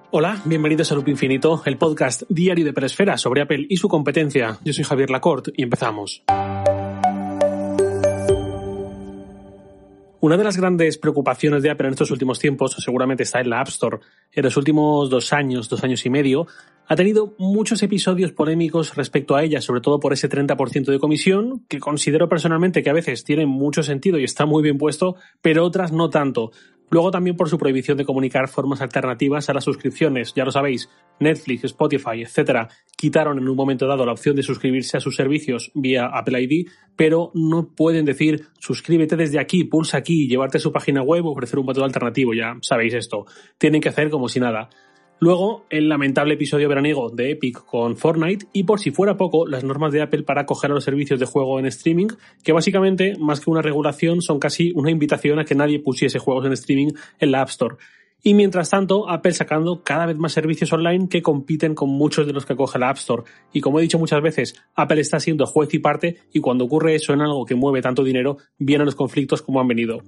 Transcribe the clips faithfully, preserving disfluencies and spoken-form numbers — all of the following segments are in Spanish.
Hola, bienvenidos a Loop Infinito, el podcast diario de Peresfera sobre Apple y su competencia. Yo soy Javier Lacorte y empezamos. Una de las grandes preocupaciones de Apple en estos últimos tiempos seguramente está en la App Store. En los últimos dos años, dos años y medio, ha tenido muchos episodios polémicos respecto a ella, sobre todo por ese treinta por ciento de comisión, que considero personalmente que a veces tiene mucho sentido y está muy bien puesto, pero otras no tanto. Luego también por su prohibición de comunicar formas alternativas a las suscripciones. Ya lo sabéis, Netflix, Spotify, etcétera, quitaron en un momento dado la opción de suscribirse a sus servicios vía Apple I D, pero no pueden decir suscríbete desde aquí, pulsa aquí, llevarte a su página web o ofrecer un método alternativo. Ya sabéis esto. Tienen que hacer como si nada. Luego, el lamentable episodio veraniego de Epic con Fortnite y, por si fuera poco, las normas de Apple para acoger a los servicios de juego en streaming, que básicamente, más que una regulación, son casi una invitación a que nadie pusiese juegos en streaming en la App Store. Y mientras tanto, Apple sacando cada vez más servicios online que compiten con muchos de los que acoge la App Store. Y como he dicho muchas veces, Apple está siendo juez y parte, y cuando ocurre eso en algo que mueve tanto dinero, vienen los conflictos como han venido.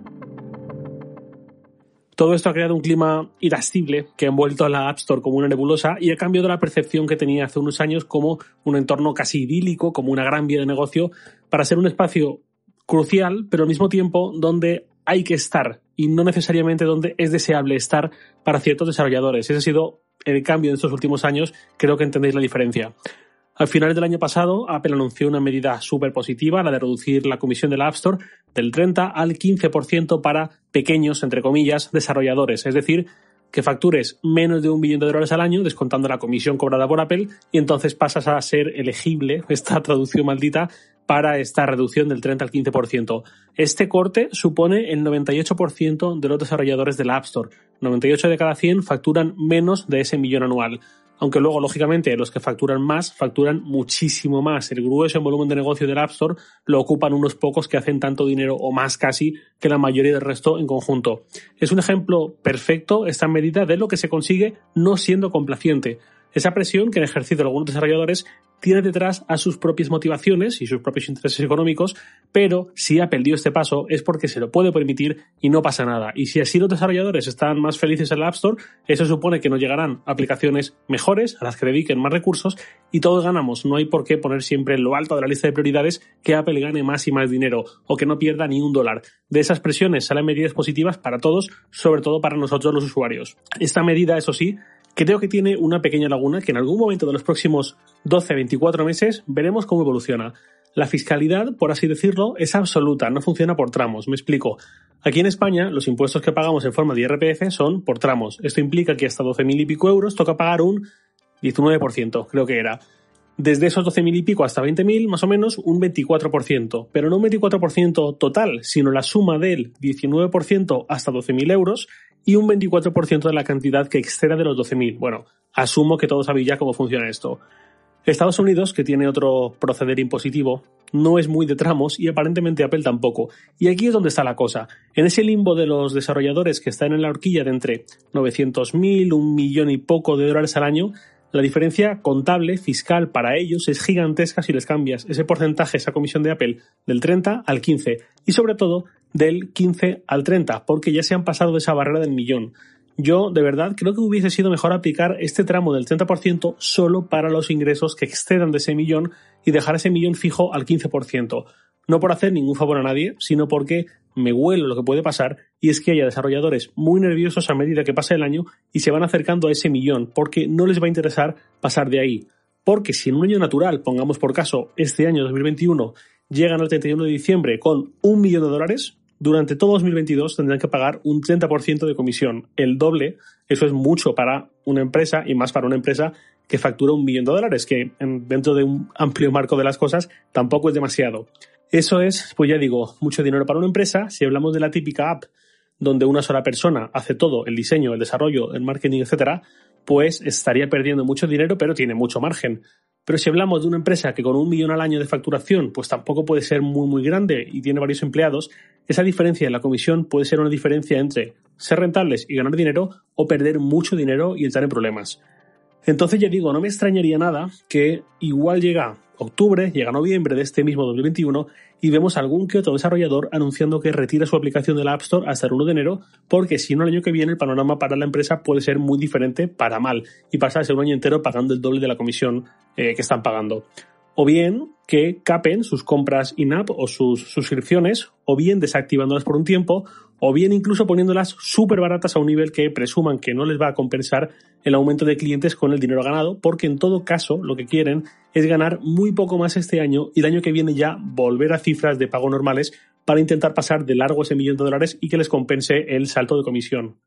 Todo esto ha creado un clima irascible que ha envuelto a la App Store como una nebulosa y ha cambiado la percepción que tenía hace unos años como un entorno casi idílico, como una gran vía de negocio, para ser un espacio crucial, pero al mismo tiempo donde hay que estar y no necesariamente donde es deseable estar para ciertos desarrolladores. Ese ha sido el cambio en estos últimos años, creo que entendéis la diferencia. Al final del año pasado, Apple anunció una medida súper positiva, la de reducir la comisión de la App Store del treinta al quince por ciento para pequeños, entre comillas, desarrolladores. Es decir, que factures menos de un billón de dólares al año, descontando la comisión cobrada por Apple, y entonces pasas a ser elegible, esta traducción maldita, para esta reducción del treinta al quince por ciento. Este corte supone el noventa y ocho por ciento de los desarrolladores de la App Store. noventa y ocho de cada cien facturan menos de ese millón anual. Aunque luego, lógicamente, los que facturan más, facturan muchísimo más. El grueso en volumen de negocio del App Store lo ocupan unos pocos que hacen tanto dinero o más casi que la mayoría del resto en conjunto. Es un ejemplo perfecto esta medida de lo que se consigue no siendo complaciente. Esa presión que han ejercido algunos desarrolladores tiene detrás a sus propias motivaciones y sus propios intereses económicos, pero si Apple dio este paso es porque se lo puede permitir y no pasa nada. Y si así los desarrolladores están más felices en la App Store, eso supone que nos llegarán aplicaciones mejores a las que dediquen más recursos y todos ganamos. No hay por qué poner siempre en lo alto de la lista de prioridades que Apple gane más y más dinero o que no pierda ni un dólar. De esas presiones salen medidas positivas para todos, sobre todo para nosotros los usuarios. Esta medida, eso sí, creo que tiene una pequeña laguna que en algún momento de los próximos doce a veinticuatro meses veremos cómo evoluciona. La fiscalidad, por así decirlo, es absoluta, no funciona por tramos. Me explico. Aquí en España, los impuestos que pagamos en forma de I R P F son por tramos. Esto implica que hasta doce mil y pico euros toca pagar un diecinueve por ciento, creo que era. Desde esos doce mil y pico hasta veinte mil, más o menos, un veinticuatro por ciento. Pero no un veinticuatro por ciento total, sino la suma del diecinueve por ciento hasta doce mil euros y un veinticuatro por ciento de la cantidad que exceda de los doce mil. Bueno, asumo que todos sabéis ya cómo funciona esto. Estados Unidos, que tiene otro proceder impositivo, no es muy de tramos y aparentemente Apple tampoco. Y aquí es donde está la cosa. En ese limbo de los desarrolladores que están en la horquilla de entre novecientos mil, un millón y poco de dólares al año, la diferencia contable, fiscal para ellos es gigantesca si les cambias ese porcentaje, esa comisión de Apple, del treinta al quince y sobre todo del quince al treinta, porque ya se han pasado de esa barrera del millón. Yo, de verdad, creo que hubiese sido mejor aplicar este tramo del treinta por ciento solo para los ingresos que excedan de ese millón y dejar ese millón fijo al quince por ciento. No por hacer ningún favor a nadie, sino porque me huelo lo que puede pasar y es que haya desarrolladores muy nerviosos a medida que pasa el año y se van acercando a ese millón porque no les va a interesar pasar de ahí. Porque si en un año natural, pongamos por caso este año dos mil veintiuno, llegan al treinta y uno de diciembre con un millón de dólares, durante todo dos mil veintidós tendrán que pagar un treinta por ciento de comisión, el doble. Eso es mucho para una empresa y más para una empresa que factura un millón de dólares, que dentro de un amplio marco de las cosas tampoco es demasiado. Eso es, pues ya digo, mucho dinero para una empresa. Si hablamos de la típica app donde una sola persona hace todo, el diseño, el desarrollo, el marketing, etcétera, pues estaría perdiendo mucho dinero, pero tiene mucho margen. Pero si hablamos de una empresa que con un millón al año de facturación, pues tampoco puede ser muy muy grande y tiene varios empleados, esa diferencia en la comisión puede ser una diferencia entre ser rentables y ganar dinero o perder mucho dinero y entrar en problemas. Entonces ya digo, no me extrañaría nada que igual llega octubre, llega noviembre de este mismo dos mil veintiuno y vemos algún que otro desarrollador anunciando que retira su aplicación de la App Store hasta el uno de enero, porque si no, el año que viene el panorama para la empresa puede ser muy diferente para mal y pasar a ser un año entero pagando el doble de la comisión eh, que están pagando. O bien que capen sus compras in-app o sus suscripciones, o bien desactivándolas por un tiempo, o bien incluso poniéndolas súper baratas a un nivel que presuman que no les va a compensar el aumento de clientes con el dinero ganado, porque en todo caso lo que quieren es ganar muy poco más este año y el año que viene ya volver a cifras de pago normales para intentar pasar de largo ese millón de dólares y que les compense el salto de comisión.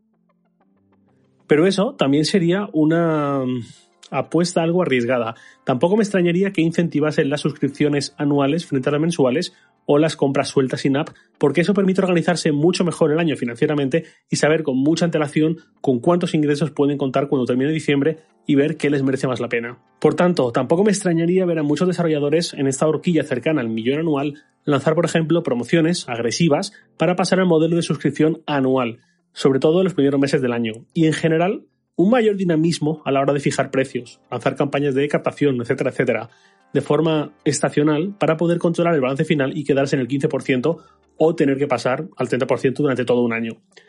Pero eso también sería una apuesta algo arriesgada. Tampoco me extrañaría que incentivasen las suscripciones anuales frente a las mensuales o las compras sueltas sin app, porque eso permite organizarse mucho mejor el año financieramente y saber con mucha antelación con cuántos ingresos pueden contar cuando termine diciembre y ver qué les merece más la pena. Por tanto, tampoco me extrañaría ver a muchos desarrolladores en esta horquilla cercana al millón anual lanzar, por ejemplo, promociones agresivas para pasar al modelo de suscripción anual, sobre todo en los primeros meses del año. Y en general, un mayor dinamismo a la hora de fijar precios, lanzar campañas de captación, etcétera, etcétera, de forma estacional para poder controlar el balance final y quedarse en el quince por ciento o tener que pasar al treinta por ciento durante todo un año.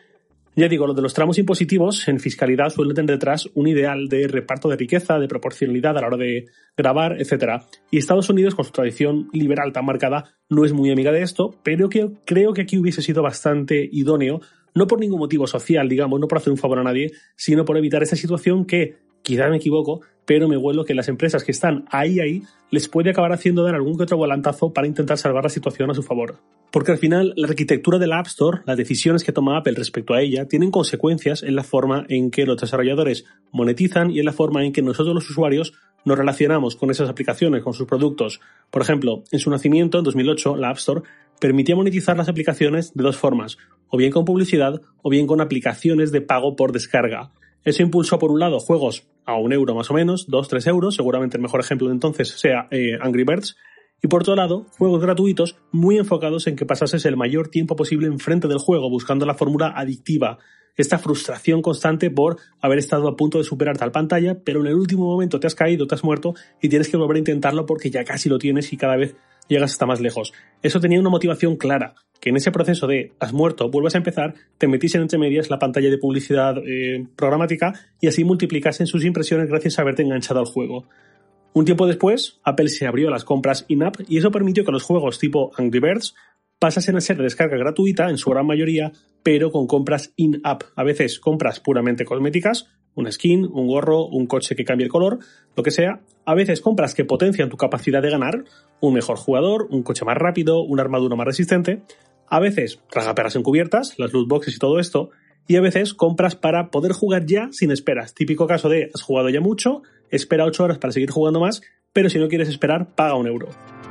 Ya digo, lo de los tramos impositivos en fiscalidad suelen tener detrás un ideal de reparto de riqueza, de proporcionalidad a la hora de grabar, etcétera. Y Estados Unidos, con su tradición liberal tan marcada, no es muy amiga de esto, pero que creo que aquí hubiese sido bastante idóneo, no por ningún motivo social, digamos, no por hacer un favor a nadie, sino por evitar esta situación que, quizá me equivoco, pero me huelo que las empresas que están ahí, ahí, les puede acabar haciendo dar algún que otro volantazo para intentar salvar la situación a su favor. Porque al final, la arquitectura de la App Store, las decisiones que toma Apple respecto a ella, tienen consecuencias en la forma en que los desarrolladores monetizan y en la forma en que nosotros los usuarios nos relacionamos con esas aplicaciones, con sus productos. Por ejemplo, en su nacimiento, en dos mil ocho, la App Store permitía monetizar las aplicaciones de dos formas, o bien con publicidad o bien con aplicaciones de pago por descarga. Eso impulsó, por un lado, juegos a un euro más o menos, dos, tres euros, seguramente el mejor ejemplo de entonces sea eh, Angry Birds, y por otro lado, juegos gratuitos muy enfocados en que pasases el mayor tiempo posible enfrente del juego, buscando la fórmula adictiva, esta frustración constante por haber estado a punto de superar tal pantalla, pero en el último momento te has caído, te has muerto y tienes que volver a intentarlo porque ya casi lo tienes y cada vez llegas hasta más lejos. Eso tenía una motivación clara, que en ese proceso de has muerto, vuelvas a empezar, te metiesen entre medias la pantalla de publicidad eh, programática y así multiplicasen sus impresiones gracias a haberte enganchado al juego. Un tiempo después, Apple se abrió a las compras in-app y eso permitió que los juegos tipo Angry Birds pasasen a ser de descarga gratuita en su gran mayoría, pero con compras in-app. A veces compras puramente cosméticas, una skin, un gorro, un coche que cambie el color, lo que sea. A veces compras que potencian tu capacidad de ganar, un mejor jugador, un coche más rápido, una armadura más resistente. A veces tragaperras encubiertas, las loot boxes y todo esto. Y a veces compras para poder jugar ya sin esperas. Típico caso de has jugado ya mucho, espera ocho horas para seguir jugando más, pero si no quieres esperar, paga un euro.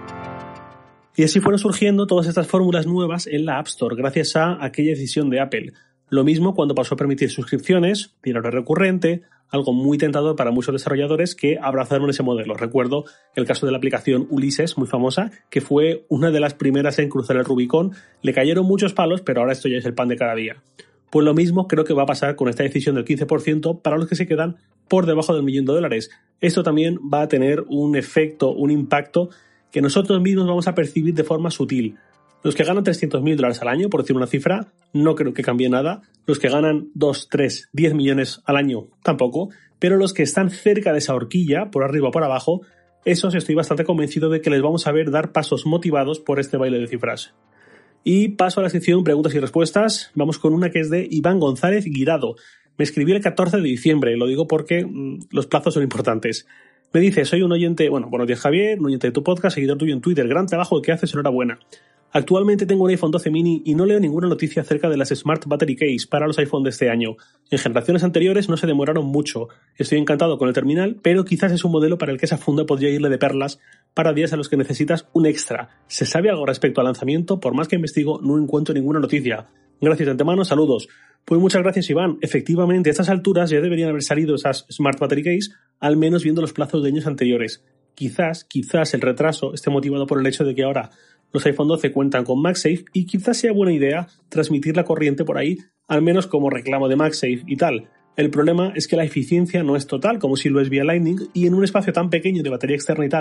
Y así fueron surgiendo todas estas fórmulas nuevas en la App Store, gracias a aquella decisión de Apple. Lo mismo cuando pasó a permitir suscripciones, dinero recurrente, algo muy tentador para muchos desarrolladores que abrazaron ese modelo. Recuerdo el caso de la aplicación Ulises, muy famosa, que fue una de las primeras en cruzar el Rubicón. Le cayeron muchos palos, pero ahora esto ya es el pan de cada día. Pues lo mismo creo que va a pasar con esta decisión del quince por ciento para los que se quedan por debajo del millón de dólares. Esto también va a tener un efecto, un impacto que nosotros mismos vamos a percibir de forma sutil. Los que ganan trescientos mil dólares al año, por decir una cifra, no creo que cambie nada. Los que ganan dos, tres, diez millones al año, tampoco. Pero los que están cerca de esa horquilla, por arriba o por abajo, esos estoy bastante convencido de que les vamos a ver dar pasos motivados por este baile de cifras. Y paso a la sección preguntas y respuestas. Vamos con una que es de Iván González Guirado. Me escribió el catorce de diciembre, lo digo porque mmm, los plazos son importantes. Me dice, soy un oyente, bueno, buenos días Javier, un oyente de tu podcast, seguidor tuyo en Twitter, gran trabajo el que haces, enhorabuena. Actualmente tengo un iPhone doce mini y no leo ninguna noticia acerca de las Smart Battery Case para los iPhone de este año. En generaciones anteriores no se demoraron mucho. Estoy encantado con el terminal, pero quizás es un modelo para el que esa funda podría irle de perlas para días a los que necesitas un extra. ¿Se sabe algo respecto al lanzamiento? Por más que investigo, no encuentro ninguna noticia. Gracias de antemano, saludos. Pues muchas gracias, Iván. Efectivamente, a estas alturas ya deberían haber salido esas Smart Battery Case, al menos viendo los plazos de años anteriores. Quizás, quizás el retraso esté motivado por el hecho de que ahora los iPhone doce cuentan con MagSafe y quizás sea buena idea transmitir la corriente por ahí, al menos como reclamo de MagSafe y tal. El problema es que la eficiencia no es total, como si lo es vía Lightning, y en un espacio tan pequeño de batería externa y tal,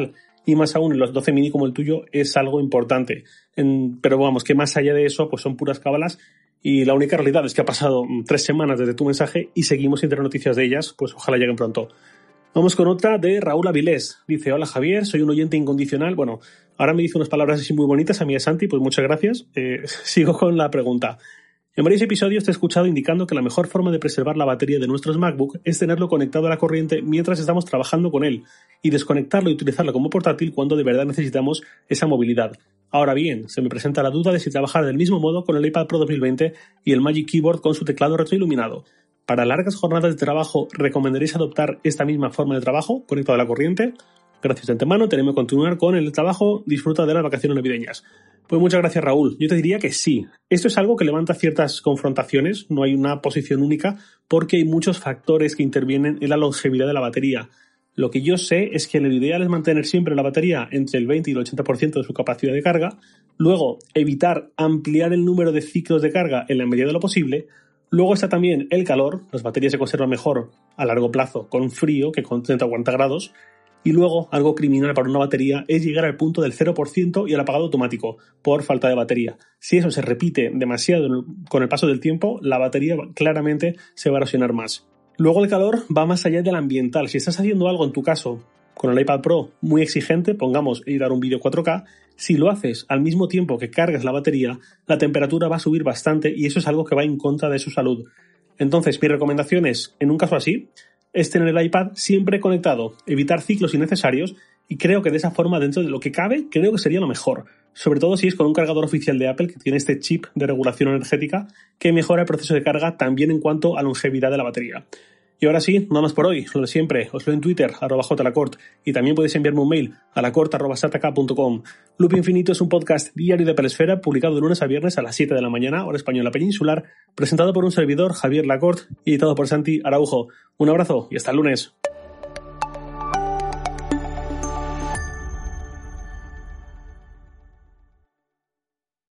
y más aún en los doce mini como el tuyo es algo importante. En, pero vamos, que más allá de eso pues son puras cábalas y la única realidad es que ha pasado tres semanas desde tu mensaje y seguimos sin tener noticias de ellas, pues ojalá lleguen pronto. Vamos con otra de Raúl Avilés. Dice, hola Javier, soy un oyente incondicional. Bueno, ahora me dice unas palabras así muy bonitas a mí, a Santi, pues muchas gracias. Eh, sigo con la pregunta. En varios episodios te he escuchado indicando que la mejor forma de preservar la batería de nuestros MacBook es tenerlo conectado a la corriente mientras estamos trabajando con él y desconectarlo y utilizarlo como portátil cuando de verdad necesitamos esa movilidad. Ahora bien, se me presenta la duda de si trabajar del mismo modo con el iPad Pro dos mil veinte y el Magic Keyboard con su teclado retroiluminado. Para largas jornadas de trabajo, ¿recomendaréis adoptar esta misma forma de trabajo conectado a la corriente? Gracias de antemano, tenemos que continuar con el trabajo. Disfruta de las vacaciones navideñas. Pues muchas gracias, Raúl. Yo te diría que sí. Esto es algo que levanta ciertas confrontaciones, no hay una posición única, porque hay muchos factores que intervienen en la longevidad de la batería. Lo que yo sé es que lo ideal es mantener siempre la batería entre el veinte y el ochenta por ciento de su capacidad de carga, luego evitar ampliar el número de ciclos de carga en la medida de lo posible. Luego está también el calor, las baterías se conservan mejor a largo plazo con frío que con treinta o cuarenta grados, y luego algo criminal para una batería es llegar al punto del cero por ciento y al apagado automático por falta de batería. Si eso se repite demasiado con el paso del tiempo, la batería claramente se va a erosionar más. Luego el calor va más allá del ambiental. Si estás haciendo algo en tu caso con el iPad Pro muy exigente, pongamos editar un vídeo cuatro K, si lo haces al mismo tiempo que cargas la batería, la temperatura va a subir bastante y eso es algo que va en contra de su salud. Entonces, mi recomendación es, en un caso así, es tener el iPad siempre conectado, evitar ciclos innecesarios y creo que de esa forma, dentro de lo que cabe, creo que sería lo mejor. Sobre todo si es con un cargador oficial de Apple que tiene este chip de regulación energética que mejora el proceso de carga también en cuanto a longevidad de la batería. Y ahora sí, nada más por hoy, lo de siempre, os leo en Twitter, arroba jlacort, y también podéis enviarme un mail a lacort arroba sataka punto com. Loop Infinito es un podcast diario de Apple Esfera, publicado de lunes a viernes a las siete de la mañana, hora española peninsular, presentado por un servidor, Javier Lacort, y editado por Santi Araujo. Un abrazo y hasta el lunes.